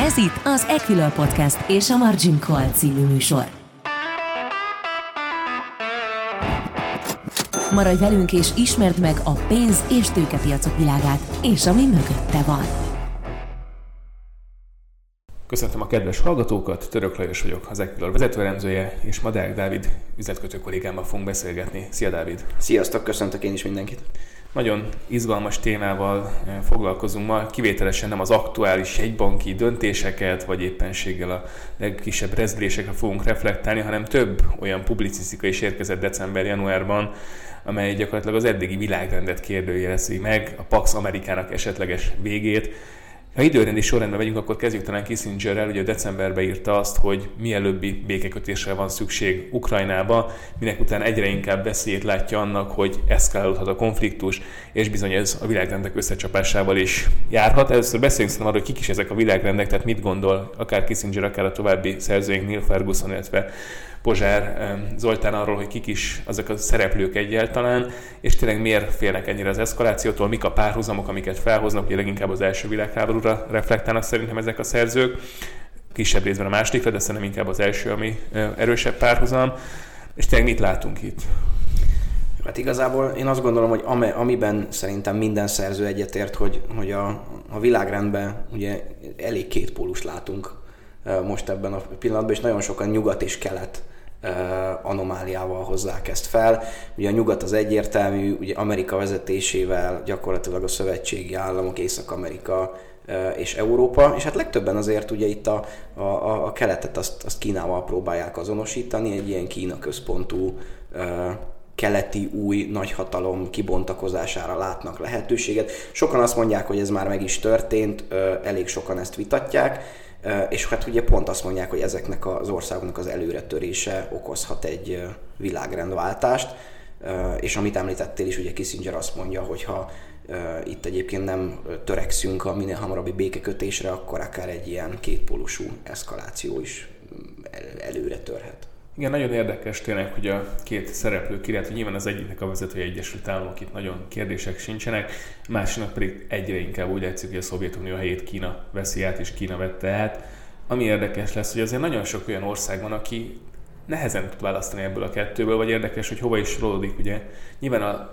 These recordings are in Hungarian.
Ez itt az Equilor Podcast és a Margin Call című műsor. Maradj velünk és ismerd meg a pénz- és tőkepiacok világát, és ami mögötte van. Köszöntöm a kedves hallgatókat, Török Lajos vagyok, az Equilor vezetőelemzője, és ma Deák Dávid üzletkötő kollégámmal fogunk beszélgetni. Szia Dávid! Sziasztok, köszöntök én is mindenkit! Nagyon izgalmas témával foglalkozunk ma, kivételesen nem az aktuális jegybanki döntéseket, vagy éppenséggel a legkisebb rezdülésekre fogunk reflektálni, hanem több olyan publicisztika is érkezett december-januárban, amely gyakorlatilag az eddigi világrendet kérdőjelezi meg, a Pax Amerikának esetleges végét. Ha időrendi sorrendben megyünk, akkor kezdjük talán Kissingerrel, ugye decemberben írta azt, hogy mielőbbi békekötésre van szükség Ukrajnába, minek után egyre inkább veszélyét látja annak, hogy eszkalálódhat a konfliktus, és bizony ez a világrendek összecsapásával is járhat. Először beszéljünk szerintem arról, hogy kik is ezek a világrendek, tehát mit gondol akár Kissinger, akár a további szerzőink Neil Ferguson, illetve Pozsár Zoltán arról, hogy kik is azok a szereplők egyáltalán, és tényleg miért félnek ennyire az eszkalációtól, mik a párhuzamok, amiket felhoznak, ugye leginkább az első világháborúra reflektálnak szerintem ezek a szerzők, kisebb részben a másodikra, de szerintem inkább az első, ami erősebb párhuzam, és tényleg mit látunk itt? Hát igazából én azt gondolom, hogy amiben szerintem minden szerző egyetért, hogy a világrendben ugye elég kétpólust látunk most ebben a pillanatban, és nagyon sokan nyugat és kelet anomáliával hozzák ezt fel. Ugye a nyugat az egyértelmű, ugye Amerika vezetésével gyakorlatilag a szövetségi államok, Észak-Amerika és Európa, és hát legtöbben azért ugye itt a keletet azt Kínával próbálják azonosítani, egy ilyen Kína központú keleti új nagyhatalom kibontakozására látnak lehetőséget. Sokan azt mondják, hogy ez már meg is történt, elég sokan ezt vitatják, és hát ugye pont azt mondják, hogy ezeknek az országoknak az előretörése okozhat egy világrendváltást, és amit említettél is, ugye Kissinger azt mondja, hogy ha itt egyébként nem törekszünk a minél hamarabbi békekötésre, akkor akár egy ilyen kétpólusú eszkaláció is előre törhet. Igen, nagyon érdekes tényleg, hogy a két szereplő király, nyilván az egyiknek a vezetője Egyesült Államok, itt nagyon kérdések sincsenek, másiknak pedig egyre inkább úgy látszik, hogy a Szovjetunió helyét Kína veszi át, és Kína vette át. Ami érdekes lesz, hogy azért nagyon sok olyan ország van, aki nehezen tud választani ebből a kettőből, vagy érdekes, hogy hova is sorolódik, ugye. Nyilván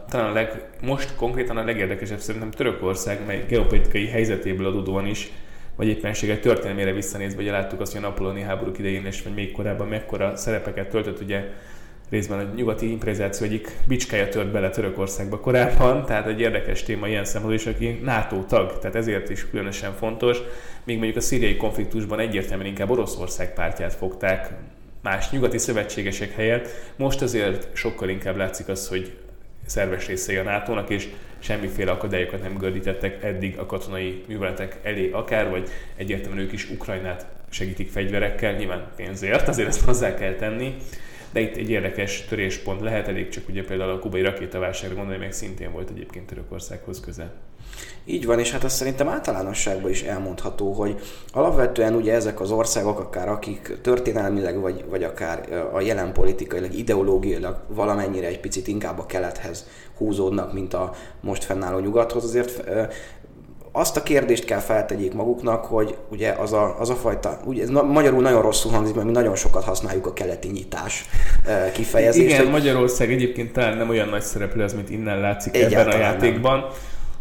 most konkrétan a legérdekesebb szerintem Törökország, mely geopolitikai helyzetéből adódóan is, vagy éppenséggel történelmére visszanézve, ugye láttuk azt, hogy a napolóni háborúk idején és vagy még korábban mekkora szerepeket töltött, ugye részben a nyugati improvizáció egyik bicskája tört bele Törökországba korábban, tehát egy érdekes téma ilyen szempontból is, aki NATO tag, tehát ezért is különösen fontos, míg mondjuk a szíriai konfliktusban egyértelműen inkább Oroszország pártját fogták más nyugati szövetségesek helyett. Most azért sokkal inkább látszik az, hogy szerves részei a NATO-nak, és semmiféle akadályokat nem gördítettek eddig a katonai műveletek elé akár, vagy egyértelműen ők is Ukrajnát segítik fegyverekkel, nyilván pénzért, azért ezt hozzá kell tenni, de itt egy érdekes töréspont lehet, elég csak ugye például a kubai rakétaválságra gondolni, meg szintén volt egyébként Törökországhoz közel. Így van, és hát azt szerintem általánosságban is elmondható, hogy alapvetően ugye ezek az országok, akár akik történelmileg, vagy akár a jelen politikailag, ideológiailag valamennyire egy picit inkább a kelethez húzódnak, mint a most fennálló nyugathoz, azért azt a kérdést kell feltegyék maguknak, hogy ugye az a fajta, ugye ez magyarul nagyon rosszul hangzik, mert mi nagyon sokat használjuk a keleti nyitás kifejezést. Igen, Magyarország egyébként talán nem olyan nagy szereplő az, mint innen látszik ebben a játékban. Nem.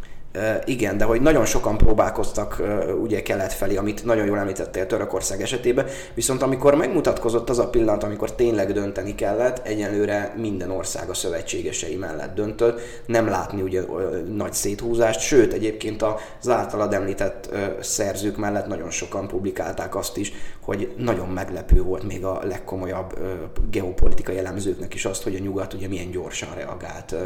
Igen, de hogy nagyon sokan próbálkoztak ugye kelet felé, amit nagyon jól említettél Törökország esetében, viszont amikor megmutatkozott az a pillanat, amikor tényleg dönteni kellett, egyelőre minden ország a szövetségesei mellett döntött, nem látni ugye nagy széthúzást, sőt egyébként az általad említett szerzők mellett nagyon sokan publikálták azt is, hogy nagyon meglepő volt még a legkomolyabb geopolitikai elemzőknek is azt, hogy a nyugat ugye milyen gyorsan reagált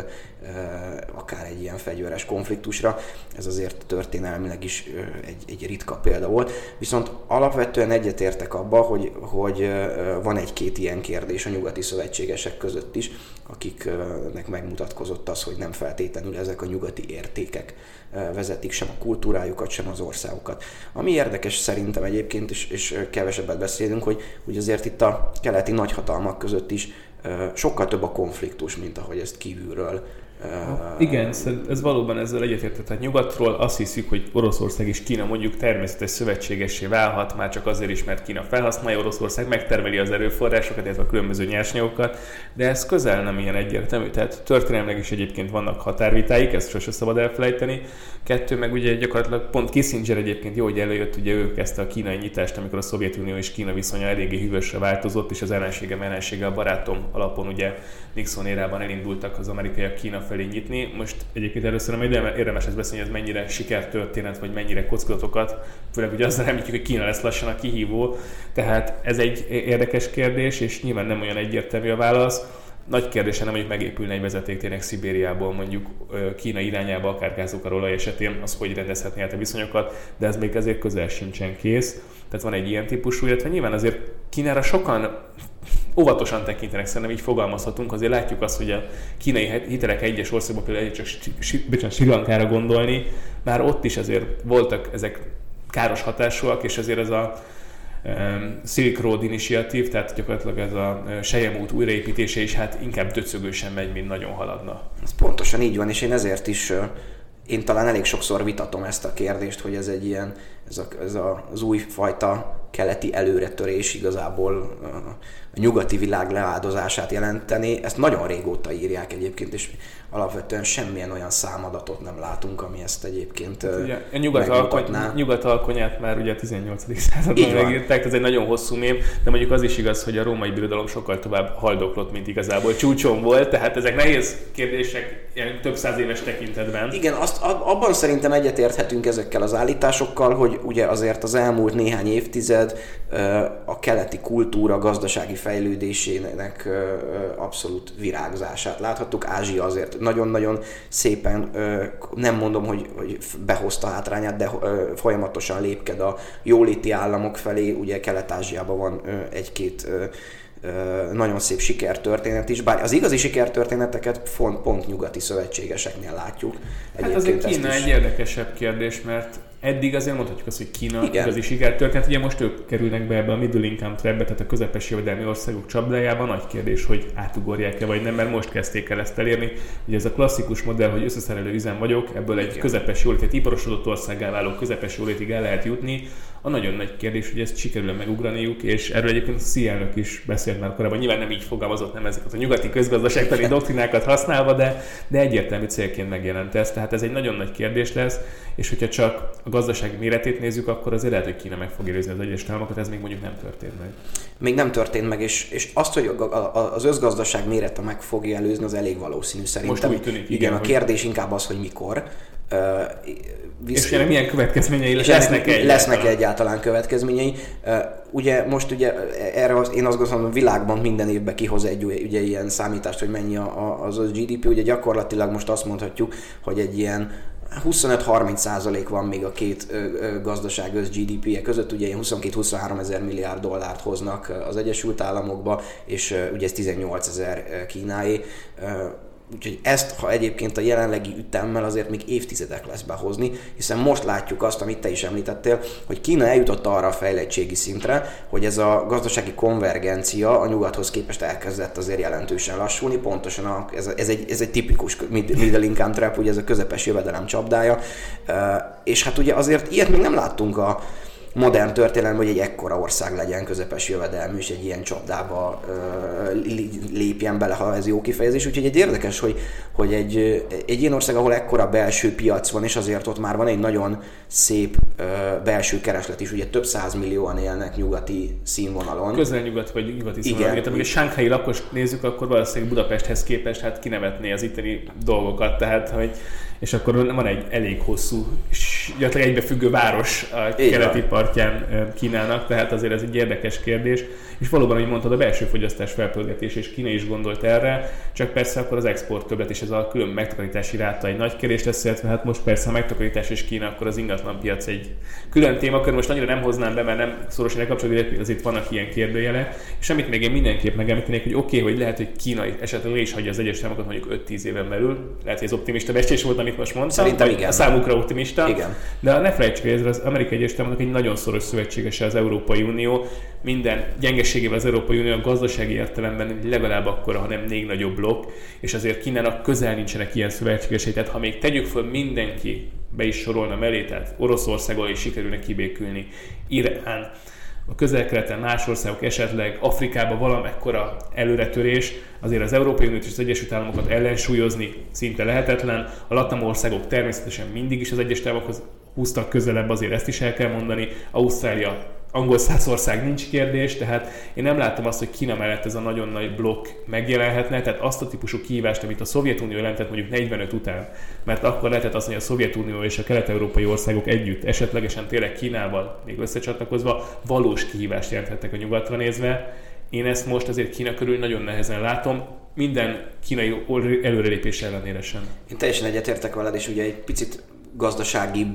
akár egy ilyen fegyveres konfliktusra. Ez azért történelmileg is egy ritka példa volt. Viszont alapvetően egyetértek abba, hogy van egy-két ilyen kérdés a nyugati szövetségesek között is, akiknek megmutatkozott az, hogy nem feltétlenül ezek a nyugati értékek vezetik sem a kultúrájukat, sem az országukat. Ami érdekes szerintem egyébként, és kevesebbet beszélünk, hogy azért itt a keleti nagyhatalmak között is sokkal több a konfliktus, mint ahogy ezt kívülről Igen, ez valóban ezzel egyetértett. Tehát nyugatról azt hiszük, hogy Oroszország és Kína mondjuk természetes szövetségessé válhat, már csak azért is, mert Kína felhasználja, Oroszország megtermeli az erőforrásokat, illetve a különböző nyersanyagokat, de ez közel nem ilyen egyértelmű. Tehát történelmileg is egyébként vannak határvitáik, ezt sose szabad elfelejteni. Kettő, meg ugye gyakorlatilag pont Kissinger egyébként jó, hogy előjött, ugye ő kezdte a kínai nyitást, amikor a Szovjetunió és Kína viszonya eléggé hűvösre változott, és az ellensége a barátom alapon ugye Nixon érában elindultak az amerikaiak Kína felé nyitni. Most egyébként először nem érdemes ezt beszélni, hogy ez mennyire sikertörténet, vagy mennyire kockázatokat, főleg ugye azzal említjük, hogy Kína lesz lassan a kihívó. Tehát ez egy érdekes kérdés, és nyilván nem olyan egyértelmű a válasz. Nagy kérdése nem, hogy megépülne egy vezeték tényleg Szibériából mondjuk Kína irányába, akár gázok-olaj esetén, az hogy rendezhetné át a viszonyokat, de ez még azért közel sincsen kész. Tehát van egy ilyen típusú, illetve nyilván azért Kínára sokan óvatosan tekintenek, szerintem így fogalmazhatunk, azért látjuk azt, hogy a kínai hitelek egyes országban például csak Sri Lankára gondolni, már ott is azért voltak ezek káros hatásúak, és azért ez a Silk Road Initiative, tehát gyakorlatilag ez a Sejem út újraépítése is hát inkább döcögősen megy, mint nagyon haladna. Ez pontosan így van, és én ezért is én talán elég sokszor vitatom ezt a kérdést, hogy ez egy ilyen, az újfajta keleti előretörés igazából a nyugati világ leáldozását jelenteni. Ezt nagyon régóta írják egyébként, és alapvetően semmilyen olyan számadatot nem látunk, ami ezt egyébként ugye, a nyugat alkonyát már ugye a 18. században megírták, ez egy nagyon hosszú mém, de mondjuk az is igaz, hogy a római birodalom sokkal tovább haldoklott, mint igazából csúcson volt, tehát ezek nehéz kérdések ilyen több száz éves tekintetben. Igen, abban szerintem egyetérthetünk ezekkel az állításokkal, hogy ugye azért az elmúlt néhány évtized a keleti kultúra gazdasági fejlődésének abszolút virágzását láthattuk. Ázsia azért nagyon-nagyon szépen, nem mondom, hogy behozta hátrányát, de folyamatosan lépked a jóléti államok felé. Ugye Kelet-Ázsiában van egy-két nagyon szép sikertörténet is, bár az igazi sikertörténeteket pont nyugati szövetségeseknél látjuk. Hát azért Kína egy érdekesebb kérdés, mert eddig azért mondhatjuk azt, hogy Kína igazi sikertörténet. Ugye most ők kerülnek be ebbe a middle income trapbe, tehát a közepes jövedelmi országok csapdájában. Nagy kérdés, hogy átugorják-e vagy nem, mert most kezdték el ezt elérni. Ugye ez a klasszikus modell, hogy összeszerelő üzem vagyok, ebből egy közepes jólétet, iparosodott országgá váló közepes jólétig el lehet jutni. A nagyon nagy kérdés, hogy ezt sikerül megugraniuk, és erről egyébként a CIA elnök is beszélt már korábban. Nyilván nem így fogalmazott, nem ezeket a nyugati közgazdaságtani doktrinákat használva, de egyértelmű célként megjelent ez. Tehát ez egy nagyon nagy kérdés lesz, és hogyha csak a gazdaság méretét nézzük, akkor azért lehet, hogy Kína meg fogja előzni az Egyesült Államokat, ez még mondjuk nem történt meg. Még nem történt meg, és azt, hogy az összgazdaság mérete meg fogja előzni, az elég valószínű szerintem. Most úgy tűnik, igen, a kérdés inkább az, hogy mikor. És milyen következményei lesznek egyáltalán következményei. Ugye most erre én azt gondolom, a világban minden évben kihoz egy ilyen számítást, hogy mennyi az GDP. Ugye gyakorlatilag most azt mondhatjuk, hogy egy ilyen 25-30% van még a két gazdaság GDP-je között, ugye 22-23 ezer milliárd dollárt hoznak az Egyesült Államokba, és ugye ez 18 ezer Kínáé. Úgyhogy ezt, ha egyébként a jelenlegi ütemmel azért még évtizedek lesz behozni, hiszen most látjuk azt, amit te is említettél, hogy Kína eljutott arra a fejlettségi szintre, hogy ez a gazdasági konvergencia a nyugathoz képest elkezdett azért jelentősen lassulni, pontosan ez egy tipikus middle income trap, ugye ez a közepes jövedelem csapdája, és hát ugye azért ilyet még nem láttunk a modern történelemben, hogy egy ekkora ország legyen közepes jövedelmű, és egy ilyen csapdába lépjen bele, ha ez jó kifejezés. Úgyhogy egy érdekes, hogy egy ilyen ország, ahol ekkora belső piac van, és azért ott már van egy nagyon szép belső kereslet is, ugye több 100 millióan élnek nyugati színvonalon. Közel-nyugat vagy nyugati színvonalon. Ha a sánghái lakos nézzük, akkor valószínűleg Budapesthez képest hát kinevetné az itteni dolgokat, tehát hogy és akkor van egy elég hosszú, és gyakorlatilag egybefüggő város a keleti partján Kínának, tehát azért ez egy érdekes kérdés. És valóban, ahogy mondtad, a belső fogyasztás felpörgetés, és Kína is gondolt erre, csak persze akkor az export többet, és ez a külön megtakarítási ráta egy nagy kérdés lesz, illetve hát most persze a megtakarítás és Kína, akkor az ingatlanpiac egy külön témakör, most annyira nem hoznám be, mert nem szorosan kapcsolódik, azért vannak ilyen kérdőjelek. És amit még én mindenképp megemlítenék, hogy oké, hogy lehet, hogy Kína esetleg is hagyja az Egyesült Államokat mondjuk 5-10 éven belül, lehet, hogy ez optimista becslés volt, amit most mondtam. Szerintem igen. A számukra optimista. Igen. De ne felejtsük, hogy ez az Amerikai Egyesült Államoknak egy nagyon szoros szövetségese az Európai Unió. Minden gyengeségével az Európai Unió a gazdasági értelemben legalább akkora, hanem 4 nagyobb blokk, és azért Kínának közel nincsenek ilyen szövetségesei. Tehát ha még tegyük föl, mindenki be is sorolna mellé, tehát Oroszországgal is sikerülne kibékülni, Irán, a Közel-Keleten, más országok, esetleg Afrikában valamekkora előretörés, azért az Európai Uniót és az Egyesült Államokat ellensúlyozni szinte lehetetlen. A latin országok természetesen mindig is az Egyesült Államokhoz húztak közelebb, azért ezt is el kell mondani. Ausztrália, angol száz ország nincs kérdés, tehát én nem látom azt, hogy Kína mellett ez a nagyon nagy blokk megjelenhetne, tehát azt a típusú kihívást, amit a Szovjetunió jelentett mondjuk 45 után, mert akkor lehetett azt, hogy a Szovjetunió és a kelet-európai országok együtt, esetlegesen tényleg Kínával még összecsatlakozva valós kihívást jelenthettek a nyugatra nézve. Én ezt most azért Kína körül nagyon nehezen látom, minden kínai előrelépés ellenére sem. Én teljesen egyetértek veled, és ugye egy picit gazdaságibb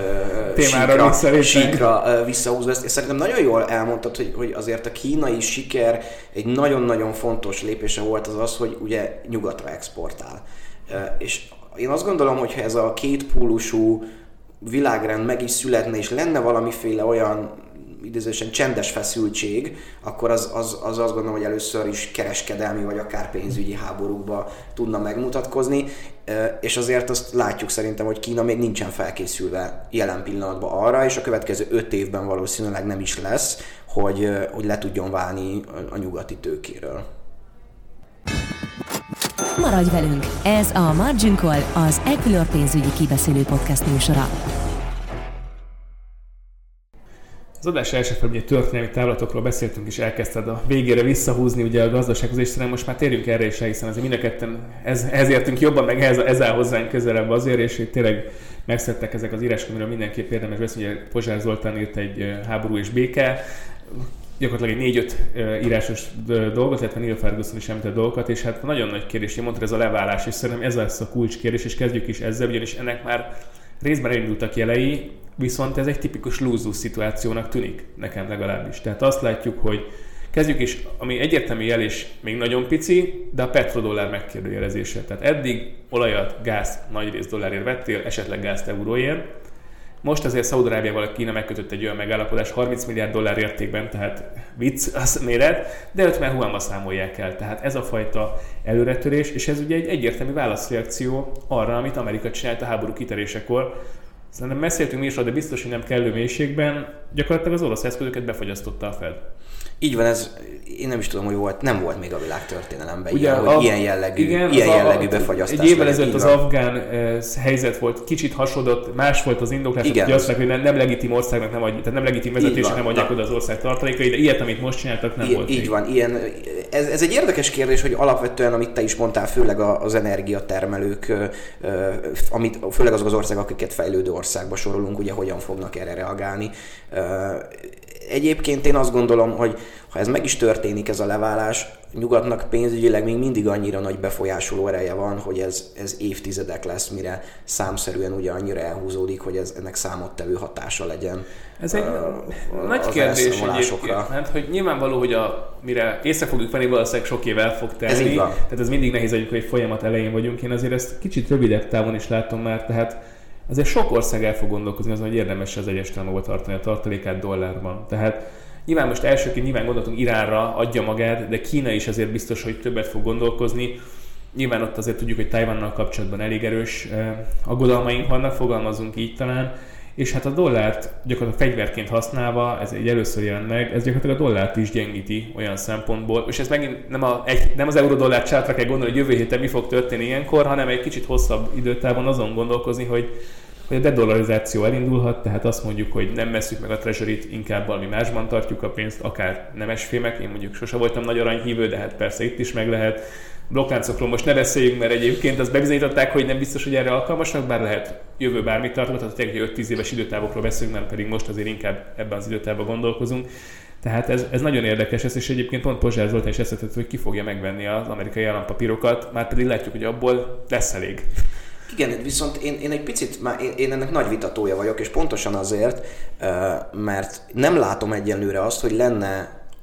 síkra visszahúzva ezt. És szerintem nagyon jól elmondtad, hogy azért a kínai siker egy nagyon-nagyon fontos lépése volt az, hogy ugye nyugatra exportál. És én azt gondolom, hogy ha ez a kétpólusú világrend meg is születne, és lenne valamiféle olyan idézősen csendes feszültség, akkor az azt gondolom, hogy először is kereskedelmi vagy akár pénzügyi háborúkba tudna megmutatkozni, és azért azt látjuk szerintem, hogy Kína még nincsen felkészülve jelen pillanatban arra, és a következő 5 évben valószínűleg nem is lesz, hogy le tudjon válni a nyugati tőkéről. Maradj velünk! Ez a Margin Call, az Equilor pénzügyi kibeszélő podcast műsora. Az adás első felé ugye történelmi távlatokról beszéltünk, és elkezdted a végére visszahúzni ugye a gazdasághoz, és szerintem most már térjünk erre is, hiszen azért mind a ketten ez értünk jobban, meg ez áll hozzánk közelebb azért, és tényleg megszülettek ezek az írások, amiről mindenképp érdemes beszélni. Ugye Pozsár Zoltán írt egy Háború és béke, gyakorlatilag egy 4-5 írásos dolgot, illetve Neil Ferguson is említett dolgokat, és hát nagyon nagy kérdés, én mondta, ez a leválás, és szerintem ez lesz a kulcskérdés, és kezdjük is ezzel, ugyanis ennek már részben elindultak jelei, viszont ez egy tipikus lose-lose szituációnak tűnik, nekem legalábbis. Tehát azt látjuk, hogy kezdjük is, ami egyértelmű jel és még nagyon pici, de a petrodollár megkérdőjelezése. Tehát eddig olajat, gázt nagyrészt dollárért vettél, esetleg gázt euróért. Most azért Szaúd-Arábiával Kína megkötött egy olyan megállapodás 30 milliárd dollár értékben, tehát vicc az méret, de őt már huánba számolják el. Tehát ez a fajta előretörés, és ez ugye egy egyértelmű válaszreakció arra, amit Amerika csinált a háború kitörésekor. Szerintem beszéltünk mi is, de biztos, hogy nem kellő mélységben, gyakorlatilag az orosz eszközöket befagyasztotta a Fed. Így van, ez én nem is tudom, hogy nem volt még a világtörténelemben ilyen jellegű befagyasztás. Egy évvel ezelőtt az afgán helyzet volt, kicsit hasonlott, más volt az indoklás, hogy azt mondják, hogy nem legitim országnak nem adják, tehát nem legitim vezetésnek nem adják oda az ország tartalékai, de ilyet, amit most csináltak, nem volt. Így van, ilyen. Ez egy érdekes kérdés, hogy alapvetően, amit te is mondtál, főleg az energiatermelők, főleg azok az országok, akiket fejlődő országba sorolunk, ugye hogyan fognak erre reagálni. Egyébként én azt gondolom, hogy ha ez meg is történik, ez a leválás, nyugatnak pénzügyileg még mindig annyira nagy befolyásoló ereje van, hogy ez évtizedek lesz, mire számszerűen ugye annyira elhúzódik, hogy ennek számottevő hatása legyen. Ez egy nagy kérdés egyébként, hát, hogy nyilvánvaló, hogy mire észre fogjuk venni, valószínűleg sok év el fog telni, tehát ez mindig nehéz, hogy egy folyamat elején vagyunk. Én azért ezt kicsit rövidebb távon is látom már, tehát azért sok ország el fog gondolkozni azon, hogy érdemes az Egyesült Államokba tartani a tartalékát dollárban. Tehát nyilván most elsőként gondoltunk Iránra, adja magát, de Kína is azért biztos, hogy többet fog gondolkozni. Nyilván ott azért tudjuk, hogy Tajvannal kapcsolatban elég erős aggodalmaink vannak, fogalmazunk így talán. És hát a dollárt gyakorlatilag fegyverként használva, ez egy először jelent meg, ez gyakorlatilag a dollárt is gyengíti olyan szempontból, és ez megint nem az euró-dollár csátra kell gondolni, hogy jövő héten mi fog történni ilyenkor, hanem egy kicsit hosszabb időtávon azon gondolkozni, hogy a dedollarizáció elindulhat, tehát azt mondjuk, hogy nem messzük meg a treasuryt, inkább valami másban tartjuk a pénzt, akár nemesfémek, én mondjuk sose voltam nagy aranyhívő, de hát persze itt is meg lehet. Blokkláncokról most ne beszéljünk, mert egyébként azt bebizonyították, hogy nem biztos, hogy erre alkalmasak, bár lehet jövő bármit tartogat, tehát tényleg 5-10 éves időtávokról beszélünk, nem pedig most azért inkább ebben az időtávban gondolkozunk. Tehát ez nagyon érdekes, és egyébként pont Pozsár Zoltán is eszedhető, hogy ki fogja megvenni az amerikai állampapírokat, már pedig látjuk, hogy abból lesz elég. Igen, viszont én egy picit, én ennek nagy vitatója vagyok, és pontosan azért, mert nem látom egyenlőre azt, hogy lenne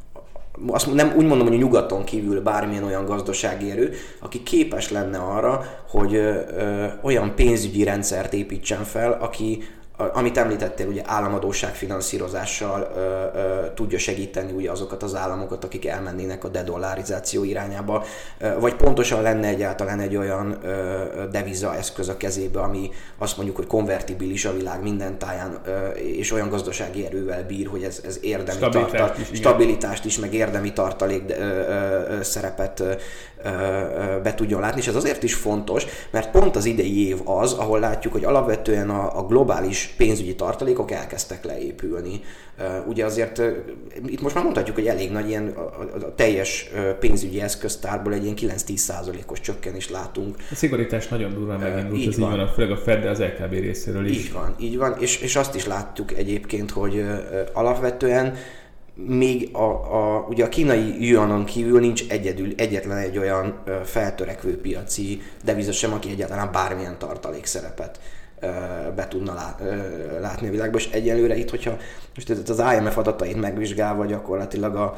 nem úgy mondom, hogy a nyugaton kívül bármilyen olyan gazdasági erő, aki képes lenne arra, hogy olyan pénzügyi rendszert építsen fel, amit említettél, ugye államadósság finanszírozással tudja segíteni ugye azokat az államokat, akik elmennének a dedollarizáció irányába, vagy pontosan lenne egyáltalán egy olyan devizaeszköz a kezébe, ami azt mondjuk, hogy konvertibilis a világ minden táján, és olyan gazdasági erővel bír, hogy ez érdemi stabilitást is, meg érdemi tartalék szerepet be tudjon látni, és ez azért is fontos, mert pont az idei év az, ahol látjuk, hogy alapvetően a globális pénzügyi tartalékok elkezdtek leépülni. Ugye azért itt most már mondhatjuk, hogy elég nagy ilyen a teljes pénzügyi eszköztárból egy ilyen 9-10%-os csökkenést látunk. A szigorítás nagyon durván megindult, ez így van, főleg a Fed, de az LKB részéről is. Így van, és azt is láttuk egyébként, hogy alapvetően még ugye a kínai yuanon kívül nincs egyetlen egy olyan feltörekvő piaci deviza sem, aki egyáltalán bármilyen tartalékszerepet be tudna látni a világban, és egyelőre itt, hogyha most az IMF adatait megvizsgálva gyakorlatilag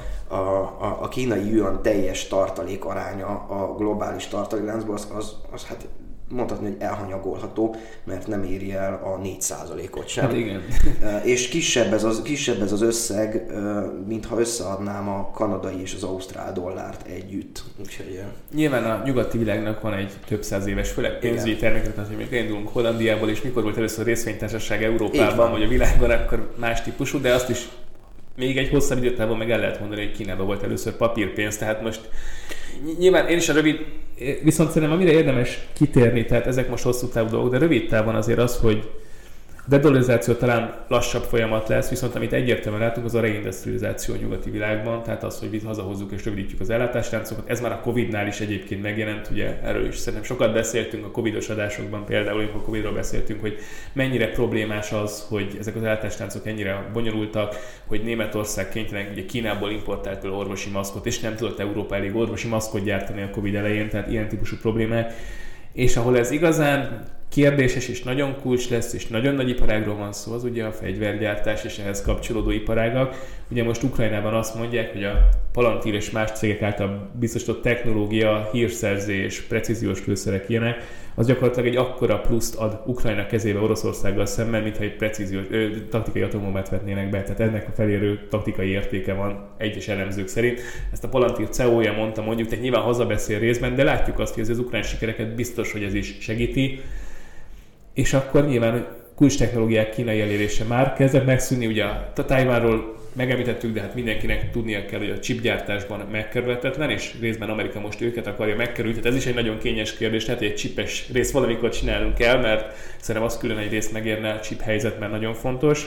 a kínai yuan teljes tartalék aránya a globális tartalékláncban, az hát mondhatni, hogy elhanyagolható, mert nem éri el a 4%-ot sem. Hát igen. És kisebb ez az összeg, mintha összeadnám a kanadai és az ausztrál dollárt együtt. Úgyhogy... Nyilván a nyugati világnak van egy több száz éves, főleg pénzügyi terméket, hogy még indulunk Hollandiából, és mikor volt először részvénytársaság Európában, vagy a világban, akkor más típusú, de azt is még egy hosszabb időtávon meg el lehet mondani, hogy Kínában volt először papírpénz, tehát most nyilván én is a rövid, viszont szerintem amire érdemes kitérni, tehát ezek most hosszú távú dolgok, de rövid távon azért az, hogy a dedollarizáció talán lassabb folyamat lesz, viszont amit egyértelműen látunk, az a reindustrializáció a nyugati világban, tehát az, hogy hazahozzuk és rövidítjük az ellátásláncokat. Ez már a Covid-nál is egyébként megjelent, ugye erről is szerintem sokat beszéltünk a Covid-os adásokban, például amikor a Covid-ról beszéltünk, hogy mennyire problémás az, hogy ezek az ellátásláncok ennyire bonyolultak, hogy Németország kénytelen ugye Kínából importált például orvosi maszkot, és nem tudott Európa elég orvosi maszkot gyártani a Covid elején, tehát ilyen típusú problémák. És ahol ez igazán kérdéses és nagyon kulcs lesz, és nagyon nagy iparágról van szó, az ugye a fegyvergyártás és ehhez kapcsolódó iparágak. Ugye most Ukrajnában azt mondják, hogy a Palantir és más cégek által biztosított technológia, hírszerzés, precíziós lőszerek ilyenek, az gyakorlatilag egy akkora pluszt ad Ukrajna kezébe Oroszországgal szemben, mintha egy precíziós taktikai atombombát vetnének be. Tehát ennek a felérő taktikai értéke van egyes elemzők szerint. Ezt a Palantir CEO-ja mondta mondjuk, tehát nyilván hazabeszél részben, de látjuk azt, hogy az ukrán sikereket biztos, hogy ez is segíti. És akkor nyilván kulcs technológiák kínai elérése már kezdett megszűnni, ugye a Taiwanról megemlítettük, de hát mindenkinek tudnia kell, hogy a chipgyártásban megkerülhetetlen, és részben Amerika most őket akarja megkerülni. Tehát ez is egy nagyon kényes kérdés, tehát egy chipes részt valamikor csinálnunk kell, mert szerintem az külön egy részt megérne a chip helyzetben nagyon fontos.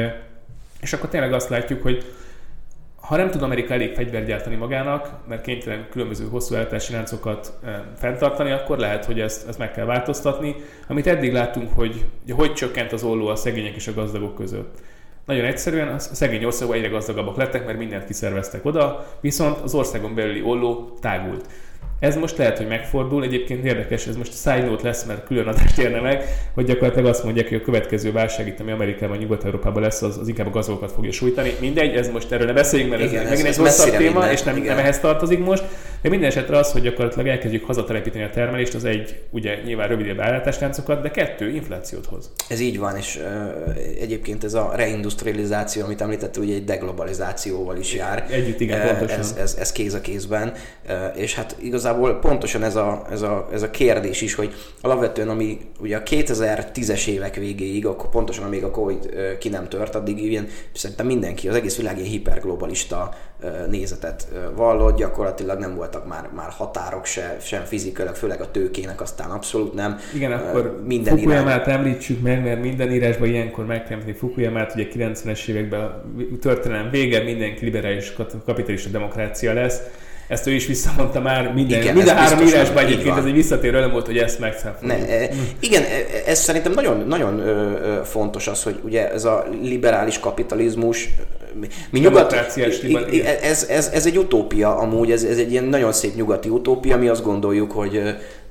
És akkor tényleg azt látjuk, hogy ha nem tud Amerika elég fegyvert gyártani magának, mert kénytelen különböző hosszú ellátási láncokat fenntartani, akkor lehet, hogy ezt meg kell változtatni. Amit eddig láttunk, hogy csökkent az olló a szegények és a gazdagok között. Nagyon egyszerűen a szegény országok egyre gazdagabbak lettek, mert mindent kiszerveztek oda, viszont az országon belüli olló tágult. Ez most lehet, hogy megfordul, egyébként érdekes, ez most side note lesz, mert külön adást érne meg, hogy gyakorlatilag azt mondják, hogy a következő válság itt, ami Amerikában, Nyugat-Európában lesz, az inkább a gazdagokat fogja sújtani. Mindegy, ez most erről ne beszéljünk, mert igen, ez megint egy hosszabb téma, és nem ehhez tartozik most. De minden esetre az, hogy gyakorlatilag elkezdjük hazatelepíteni a termelést, az egy, ugye nyilván rövidebb ellátásláncokat, de 2 inflációt hoz. Ez így van, és egyébként ez a reindustrializáció, amit említettem, ugye egy deglobalizációval is jár. Együtt, igen, pontosan. Ez kéz a kézben, és hát igazából pontosan ez a kérdés is, hogy alapvetően ami ugye a 2010-es évek végéig, akkor pontosan amíg a Covid ki nem tört, addig ilyen, szerintem mindenki, az egész világ ilyen hiperglobalista nézetet vallott, gyakorlatilag nem voltak már határok sem fizikailag, főleg a tőkének aztán abszolút nem. Igen, akkor Fukuyamát említsük meg, mert minden írásban ilyenkor meg kell említeni Fukuyamát, ugye 90-es években történelem vége, mindenki liberális kapitalista demokrácia lesz. Ezt ő is visszamondta már minden 3 írásban, egyébként ez egy visszatérő elem volt, hogy ezt megszáfoljuk. Igen, ez szerintem nagyon, nagyon fontos az, hogy ugye ez a liberális kapitalizmus, ez egy utópia amúgy, ez egy ilyen nagyon szép nyugati utópia, mi azt gondoljuk, hogy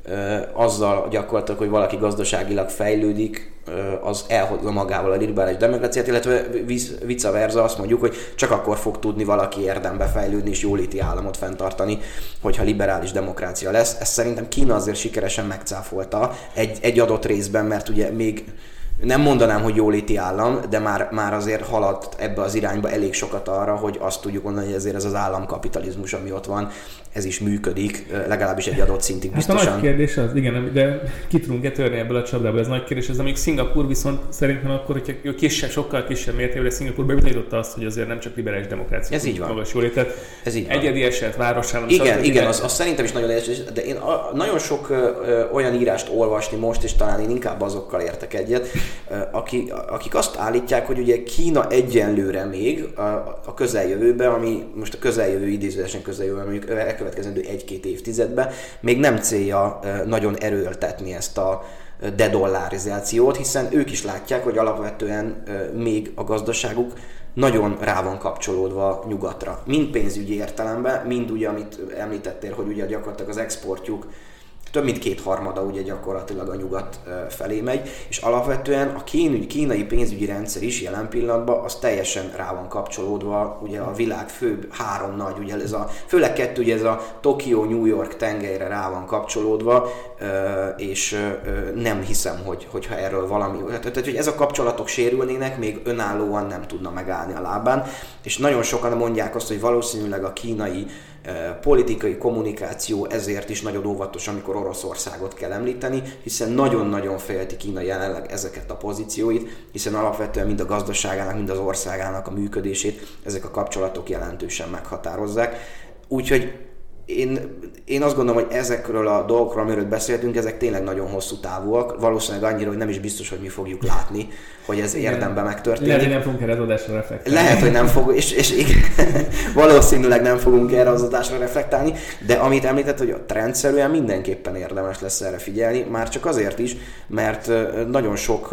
azzal gyakorlatilag, hogy valaki gazdaságilag fejlődik, az elhozza magával a liberális demokráciát, illetve vice versa, azt mondjuk, hogy csak akkor fog tudni valaki érdembe fejlődni és jóléti államot fenntartani, hogyha liberális demokrácia lesz. Ezt szerintem Kína azért sikeresen megcáfolta egy adott részben, mert ugye még nem mondanám, hogy jóléti állam, de már azért haladt ebbe az irányba elég sokat arra, hogy azt tudjuk mondani, hogy ezért ez az államkapitalizmus, ami ott van, ez is működik, legalábbis egy adott szintig biztosan. Hát a nagy kérdés az, igen, de ki tudunk-e törni ebből a csapdából, ez nagy kérdés, ez amíg Szingapúr viszont szerintem akkor, hogyha sokkal kisebb mértékben, Szingapúr bebizonyította azt, hogy azért nem csak liberális demokrácia, ez így van. Magas jólétet. Ez így van. Egyedi eset, városállam. Igen, az szerintem is nagyon érdekes, de én nagyon sok olyan írást olvasni most, és talán én inkább azokkal értek egyet, akik azt állítják, hogy ugye Kína egyenlőre még a közeljövőben, ami most a közeljövő idézőesen közeljövőben, mondjuk elkövetkezendő 1-2 évtizedben még nem célja nagyon erőltetni ezt a dedollarizációt, hiszen ők is látják, hogy alapvetően még a gazdaságuk nagyon rá van kapcsolódva nyugatra. Mind pénzügyi értelemben, mind ugye, amit említettél, hogy ugye gyakorlatilag az exportjuk több mint 2/3 ugye gyakorlatilag a nyugat felé megy, és alapvetően a kínai pénzügyi rendszer is jelen pillanatban az teljesen rá van kapcsolódva ugye a világ főbb 3 nagy, ugye főleg 2, ugye ez a Tokió, New York tengelyre rá van kapcsolódva, és nem hiszem, hogyha erről valami, tehát hogy ez a kapcsolatok sérülnének, még önállóan nem tudna megállni a lábán, és nagyon sokan mondják azt, hogy valószínűleg a kínai politikai kommunikáció ezért is nagyon óvatos, amikor Oroszországot kell említeni, hiszen nagyon-nagyon félti Kína jelenleg ezeket a pozícióit, hiszen alapvetően mind a gazdaságának, mind az országának a működését ezek a kapcsolatok jelentősen meghatározzák. Úgyhogy én azt gondolom, hogy ezekről a dolgokról, amiről beszéltünk, ezek tényleg nagyon hosszú távúak, valószínűleg annyira, hogy nem is biztos, hogy mi fogjuk látni, hogy ez érdemben megtörténik. Lehet, hogy nem fogunk erre az adásra reflektálni. Lehet, hogy nem fogunk, és igen, valószínűleg nem fogunk erre az adásra reflektálni, de amit említett, hogy rendszerűen mindenképpen érdemes lesz erre figyelni, már csak azért is, mert nagyon sok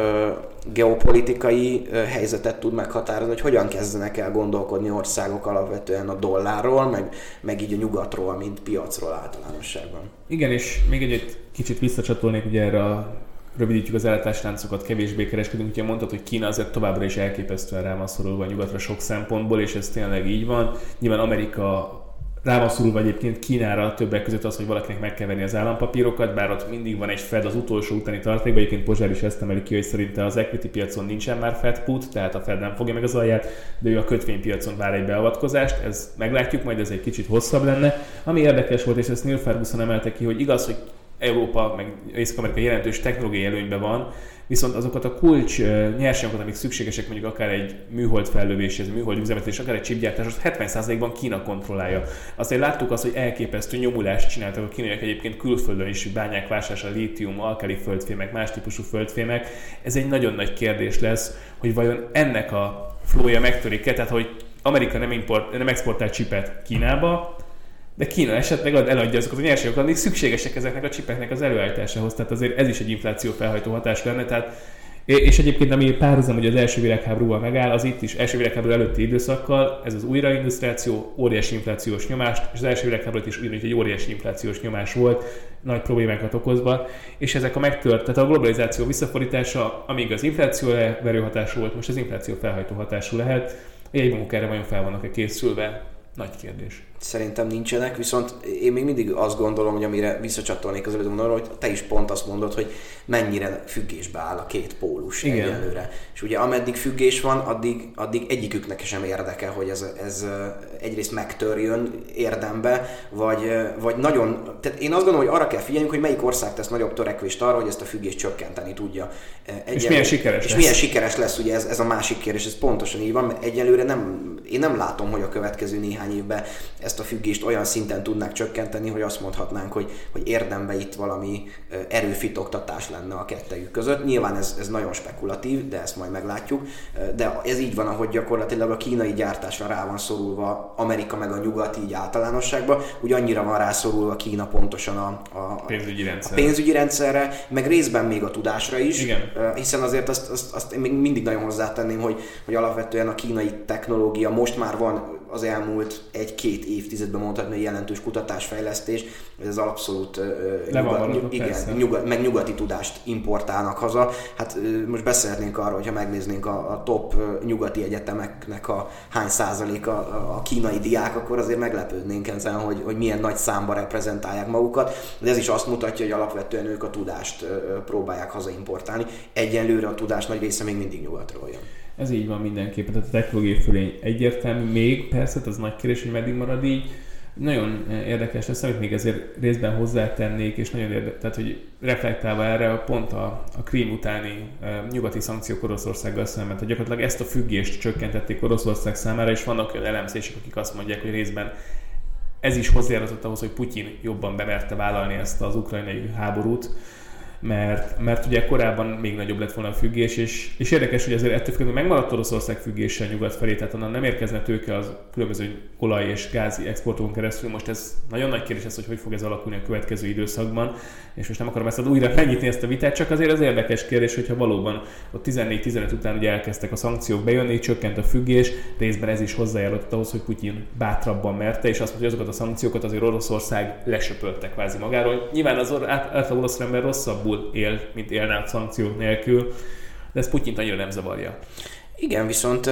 geopolitikai helyzetet tud meghatározni, hogy hogyan kezdenek el gondolkodni országok alapvetően a dollárról, meg így a nyugatról, mint piacról általánosságban. Igen, és még egy kicsit visszacsatolnék ugye erre rövidítjük az ellátásláncokat, kevésbé kereskedünk. Ugye mondtad, hogy Kína azért továbbra is elképesztően rá van szorulva a nyugatra sok szempontból, és ez tényleg így van. Nyilván Amerika rá van szorulva egyébként Kínára többek között az, hogy valakinek meg kell venni az állampapírokat, bár ott mindig van egy Fed az utolsó utáni tartalékban. Egyébként Pozsár is ezt emeli ki, hogy szerinte az equity piacon nincsen már Fed put, tehát a Fed nem fogja meg az alját, de ő a kötvénypiacon vár egy beavatkozást, ez meglátjuk, majd ez egy kicsit hosszabb lenne. Ami érdekes volt, és ezt Neil Ferguson emelte ki, hogy igaz, hogy Európa, meg Észak-Amerika jelentős technológiai előnyben van, viszont azokat a kulcs nyersanyagokat, amik szükségesek mondjuk akár egy műhold fellövéshez, műhold üzemeltetés, akár egy chipgyártáshoz 70%-ban Kína kontrollálja. Azért láttuk azt, hogy elképesztő nyomulást csináltak a kínaiak egyébként külföldön is, bányák vásárlása, lítium, alkali földfémek, más típusú földfémek. Ez egy nagyon nagy kérdés lesz, hogy vajon ennek a flója megtörik-e, tehát hogy Amerika nem exportál csipet Kínába, de Kína esetleg eladja azokat a nyersanyagokat, amik szükségesek ezeknek a csipeknek az előállításához. Tehát azért ez is egy infláció felhajtó hatás lenne. Tehát, és egyébként ami párhuzam, hogy az első világháborúval megáll, az itt is első világháború előtti időszakkal, ez az újraindusztráció, óriási inflációs nyomást, és az első világháborút is ugyanúgy egy óriási inflációs nyomás volt, nagy problémákat okozva, és ezek a megtört, tehát a globalizáció visszafordítása, amíg az infláció leverő hatású volt, most az infláció felhajtó hatású lehet. A jegybankok erre vajon fel vannak-e készülve? Nagy kérdés. Szerintem nincsenek, viszont én még mindig azt gondolom, hogy amire visszacsatolnék az előző mondatóra, hogy te is pont azt mondod, hogy mennyire függésbe áll a két pólus egyelőre. És ugye ameddig függés van, addig egyiküknek sem érdeke, hogy ez egyrészt megtörjön érdembe, vagy nagyon... Tehát én azt gondolom, hogy arra kell figyelnünk, hogy melyik ország tesz nagyobb törekvést arra, hogy ezt a függést csökkenteni tudja. És milyen sikeres lesz, ugye ez a másik kérdés, ez pontosan így van, mert egyelőre én nem látom, hogy a következő néhány évben ezt a függést olyan szinten tudnák csökkenteni, hogy azt mondhatnánk, hogy érdemben itt valami erőfitoktatás lenne a kettejük között. Nyilván ez nagyon spekulatív, de ezt majd meglátjuk. De ez így van, ahogy gyakorlatilag a kínai gyártásra rá van szorulva Amerika meg a nyugat így általánosságban, úgy annyira van rászorulva Kína pontosan a pénzügyi rendszerre, meg részben még a tudásra is. Igen. Hiszen azért azt én még mindig nagyon hozzátenném, hogy alapvetően a kínai technológia most már van az elmúlt 1-2 évtizedben mondhatni, hogy jelentős kutatásfejlesztés, hogy ez abszolút nyugati tudást importálnak haza. Hát most beszélhetnénk arról, hogyha megnéznénk a top nyugati egyetemeknek a hány százaléka a kínai diák, akkor azért meglepődnénk ezen, hogy milyen nagy számba reprezentálják magukat, de ez is azt mutatja, hogy alapvetően ők a tudást próbálják hazaimportálni. Egyenlőre a tudás nagy része még mindig nyugatról jön. Ez így van mindenképpen, tehát a technológiai fölény egyértelmű, még persze, ez nagy kérdés, hogy meddig marad így. Nagyon érdekes lesz, amit még ezért részben hozzátennék, és nagyon érdekes, tehát hogy reflektálva erre pont a Krím utáni nyugati szankciók Oroszországgal szemben, tehát gyakorlatilag ezt a függést csökkentették Oroszország számára, és vannak olyan elemzések, akik azt mondják, hogy részben ez is hozzájárult ahhoz, hogy Putyin jobban bemerte vállalni ezt az ukrajnai háborút, mert ugye korábban még nagyobb lett volna a függés, és érdekes, hogy azért ettől függetlenül megmaradt Oroszország függése a nyugat felé, tehát onnan nem érkezne tőke az különböző olaj- és gázi exportokon keresztül. Most ez nagyon nagy kérdés, hogy fog ez alakulni a következő időszakban, és most nem akarom ezt újra megnyitni ezt a vitát, csak azért az érdekes kérdés, hogyha valóban ott 14-15 után ugye elkezdtek a szankciók bejönni, csökkent a függés, részben ez is hozzájárult ahhoz, hogy Putyin bátrabban merte, és azt mondja, hogy azokat a szankciókat azért Oroszország lesöpölte kvázi magáról. Nyilván az átlag orosz ember rosszabbul él, mint élne a szankciók nélkül, de ez Putyint annyira nem zavarja. Igen, viszont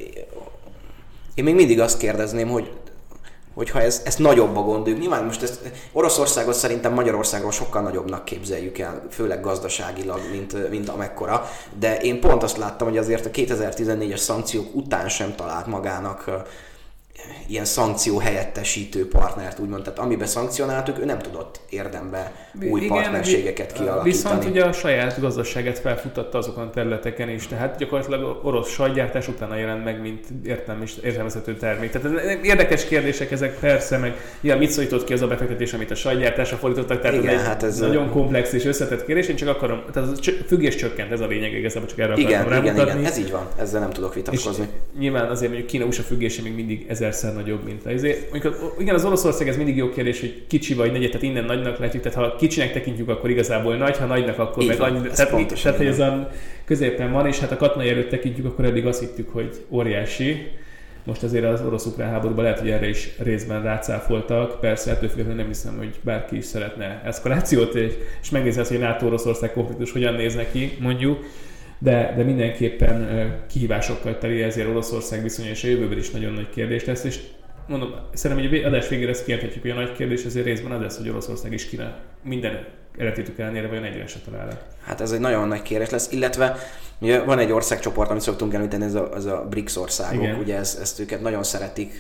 én még mindig azt kérdezném, hogyha ezt nagyobbba gondoljuk. Nyilván most ezt Oroszországot szerintem Magyarországról sokkal nagyobbnak képzeljük el, főleg gazdaságilag, mint amekkora, de én pont azt láttam, hogy azért a 2014-es szankciók után sem talált magának ilyen szankció helyettesítő partnert, úgymond. Tehát amiben szankcionáltuk, ő nem tudott érdemben új partnerségeket kialakítani. Viszont ugye a saját gazdaságát felfuttatta azokon a területeken is, tehát gyakorlatilag orosz sajtgyártás utána jelent meg, mint értelmezhető termék. Tehát ez érdekes kérdések ezek persze, meg ja, mit szólított ki az a befektetés, amit a sajtgyártásra fordítottak, tehát igen, ez nagyon komplex és összetett kérdés, én csak akarom, tehát a függés csökkent, ez a lényeg, igazából csak erre akarom rámutatni. Igen, ez így van, ezzel nem tudok vitatkozni. És nyilván azért mondjuk Kína-USA függése még mindig ezerszer nagyobb, mint igen, az Oroszország ez mindig jó kérdés, hogy kicsi vagy nagy, tehát innen nagynak látjuk, tehát ha kicsinek tekintjük, akkor igazából nagy, ha nagynak, akkor így meg van, annyi. Tehát hogy ez a középen van, és hát a katonai erőt tekintjük, akkor eddig azt hittük, hogy óriási. Most azért az orosz-ukrán háborúban lehet, hogy erre is részben rácáfoltak. Persze ettől függetlenül nem hiszem, hogy bárki is szeretne eszkalációt, és megnézni azt, hogy NATO-Oroszország konfliktus hogyan néz neki, mondjuk. De mindenképpen kihívásokkal teli, ezért Oroszország viszonya és a jövőben is nagyon nagy kérdés lesz, és mondom, szerintem, hogy adás végére ezt kijelenthetjük, hogy a nagy kérdés azért részben az lesz, hogy Oroszország is Kína minden eredetük ellenére vajon egyre se talál. Hát ez egy nagyon nagy kérdés lesz, illetve ugye van egy országcsoport, amit szoktunk említeni, ez a BRICS országok, igen. Ugye ezt őket nagyon szeretik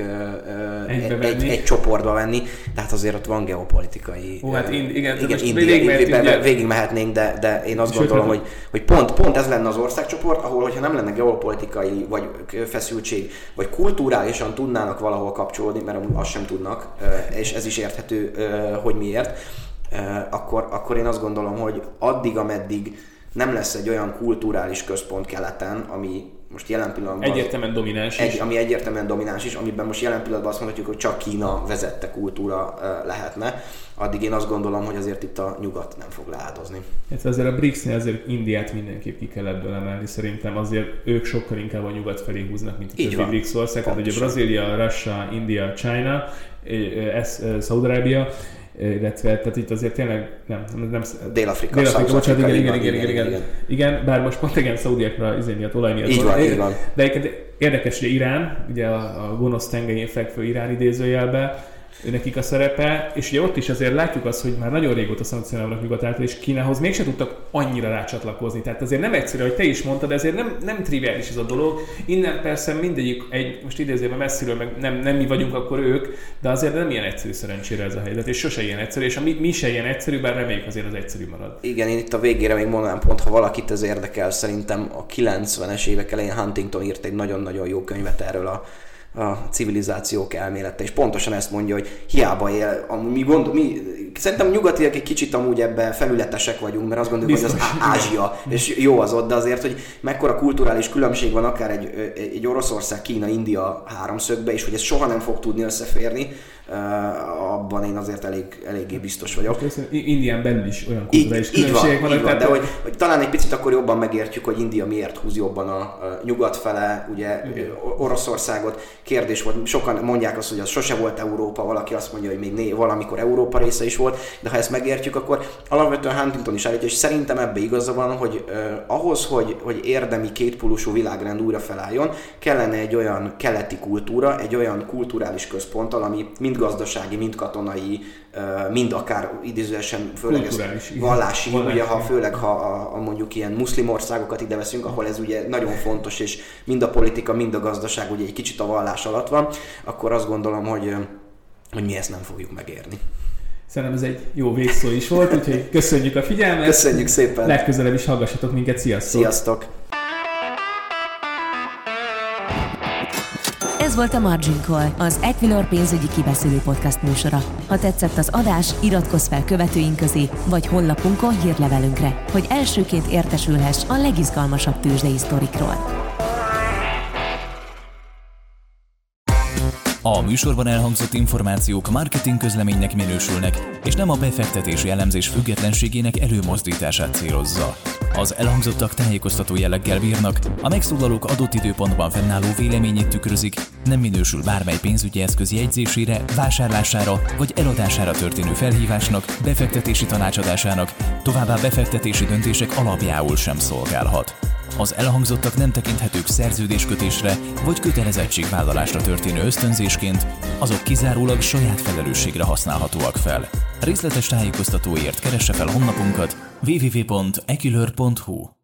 egy csoportba venni, de hát azért ott van geopolitikai... Végig mehetnénk, de én azt gondolom, hogy pont ez lenne az országcsoport, ahol, hogyha nem lenne geopolitikai vagy feszültség, vagy kulturálisan tudnának valahol kapcsolódni, mert azt sem tudnak, és ez is érthető, hogy miért, akkor én azt gondolom, hogy addig, ameddig nem lesz egy olyan kulturális központ keleten, ami most jelen pillanatban... Egyértelműen domináns is. Ami egyértelműen domináns is, amiben most jelen pillanatban azt mondhatjuk, hogy csak Kína vezette kultúra lehetne, addig én azt gondolom, hogy azért itt a nyugat nem fog leáldozni. Hát azért a BRICS-nél azért Indiát mindenképp ki kell ebből emelni, szerintem azért ők sokkal inkább a nyugat felé húznak, mint a többi BRICS ország. Tehát ugye Brazília, Russia, India, China, Szaúd-Arábia, illetve, tehát itt azért tényleg nem Dél-Afrika, bocsánat, igen, bár most pont igen, Szaudiakra miatt, olaj miatt. Így van. De érdekes, hogy Irán, ugye a gonosz tengelyén fekvő Irán idézőjelben, nekik a szerepe, és ugye ott is azért látjuk azt, hogy már nagyon régóta szankcionálnak nyugat által, és Kínához mégsem tudtak annyira rácsatlakozni. Tehát azért nem egyszerű, hogy te is mondtad, de ezért nem triviális ez a dolog. Innen persze mindegyik most idézőben messziről, meg nem mi vagyunk, akkor ők, de azért nem ilyen egyszerű szerencsére ez a helyzet, és sose ilyen egyszerű, és mi se ilyen egyszerű, bár reméljük azért az egyszerű marad. Igen, én itt a végére még mondanám pont, ha valakit ez érdekel, szerintem a 90-es évek elején Huntington írt egy nagyon-nagyon jó könyvet erről a civilizációk elmélete, és pontosan ezt mondja, hogy hiába él, mi szerintem nyugatiak egy kicsit amúgy ebbe felületesek vagyunk, mert azt gondoljuk, hogy az Ázsia, és jó az ott, de azért, hogy mekkora kulturális különbség van akár egy Oroszország, Kína, India háromszögbe, és hogy ez soha nem fog tudni összeférni, abban én azért eléggé biztos vagyok. Indián belül is olyan kulturális különbségek vannak. De hogy talán egy picit akkor jobban megértjük, hogy India miért húz jobban a nyugat fele, ugye Oroszországot. Kérdés volt, sokan mondják azt, hogy az sose volt Európa, valaki azt mondja, hogy még valamikor Európa része is volt, de ha ezt megértjük, akkor alapvetően Huntington is állítja, és szerintem ebbe igaza van, hogy ahhoz, hogy érdemi kétpólusú világrend újra felálljon, kellene egy olyan keleti kultúra, egy olyan kulturális központtal, ami mind gazdasági, mind katonai, mind akár idézőesen, főleg ez vallási, ugye, főleg ha mondjuk ilyen muszlim országokat ide veszünk, ahol ez ugye nagyon fontos, és mind a politika, mind a gazdaság ugye egy kicsit a vallás alatt van, akkor azt gondolom, hogy mi ezt nem fogjuk megérni. Szerintem ez egy jó végszó is volt, úgyhogy köszönjük a figyelmet. Köszönjük szépen. Legközelebb is hallgassatok minket, sziasztok! Sziasztok! Ez volt a Margin Call, az Equilor pénzügyi kibeszélő podcast műsora. Ha tetszett az adás, iratkozz fel követőink közé, vagy honlapunkon hírlevelünkre, hogy elsőként értesülhess a legizgalmasabb tőzsdei sztorikról. A műsorban elhangzott információk marketing közleménynek minősülnek, és nem a befektetési elemzés függetlenségének előmozdítását célozza. Az elhangzottak tájékoztató jelleggel bírnak, a megszólalók adott időpontban fennálló véleményét tükrözik, nem minősül bármely pénzügyi eszköz jegyzésére, vásárlására vagy eladására történő felhívásnak, befektetési tanácsadásának, továbbá befektetési döntések alapjául sem szolgálhat. Az elhangzottak nem tekinthetők szerződéskötésre vagy kötelezettségvállalásra történő ösztönzésként, azok kizárólag saját felelősségre használhatóak fel. Részletes tájékoztatóért keresse fel honlapunkat www.equilor.hu.